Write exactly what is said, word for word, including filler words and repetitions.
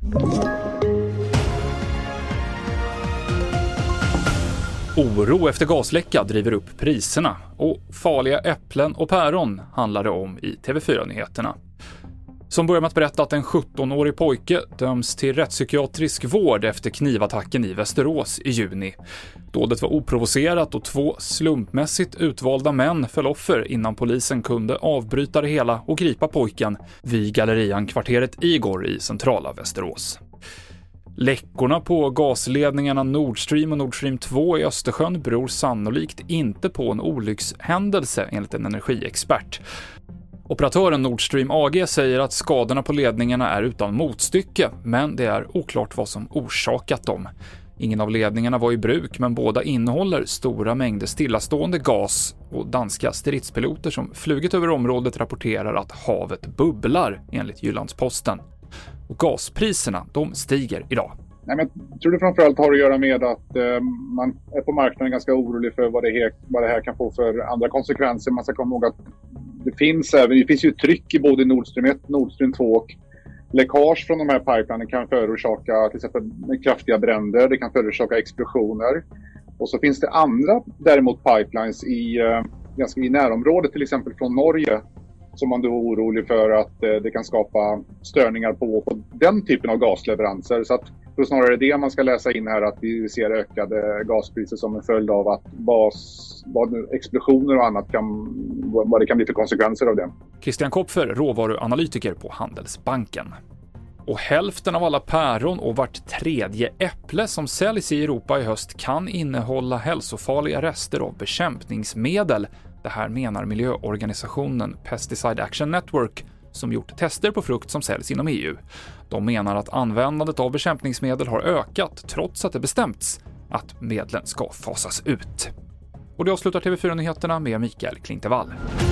Oro efter gasläcka driver upp priserna och farliga äpplen och päron handlar det om i T V fyra-nyheterna. Som börjar med att berätta att en sjuttonårig pojke döms till rättspsykiatrisk vård efter knivattacken i Västerås i juni. Dådet var oprovocerat och två slumpmässigt utvalda män föll offer innan polisen kunde avbryta det hela och gripa pojken vid Gallerian-kvarteret Igor i centrala Västerås. Läckorna på gasledningarna Nord Stream och Nord Stream två i Östersjön beror sannolikt inte på en olyckshändelse enligt en energiexpert. Operatören Nord Stream A G säger att skadorna på ledningarna är utan motstycke, men det är oklart vad som orsakat dem. Ingen av ledningarna var i bruk, men båda innehåller stora mängder stillastående gas och danska stridspiloter som flugit över området rapporterar att havet bubblar enligt Jyllandsposten. Och gaspriserna, de stiger idag. Nej, men jag tror det framförallt har att göra med att eh, man är på marknaden ganska orolig för vad det, här, vad det här kan få för andra konsekvenser. Man ska komma ihåg att det finns, även, det finns ju tryck i både Nord Stream ett, Nord Stream två och läckage från de här pipelinen kan förorsaka till exempel kraftiga bränder, det kan förorsaka explosioner. Och så finns det andra däremot pipelines i, eh, ganska i närområdet, till exempel från Norge, som man då är orolig för att eh, det kan skapa störningar på, på den typen av gasleveranser. Så att det är snarare det man ska läsa in här, att vi ser ökade gaspriser som en följd av att bas, vad, explosioner och annat kan, vad det kan bli för konsekvenser av det. Christian Kopfer, råvaruanalytiker på Handelsbanken. Och hälften av alla päron och vart tredje äpple som säljs i Europa i höst kan innehålla hälsofarliga rester av bekämpningsmedel. Det här menar miljöorganisationen Pesticide Action Network som gjort tester på frukt som säljs inom E U. De menar att användandet av bekämpningsmedel har ökat trots att det bestämts att medlen ska fasas ut. Och det avslutar T V fyra-nyheterna med Mikael Klintevall.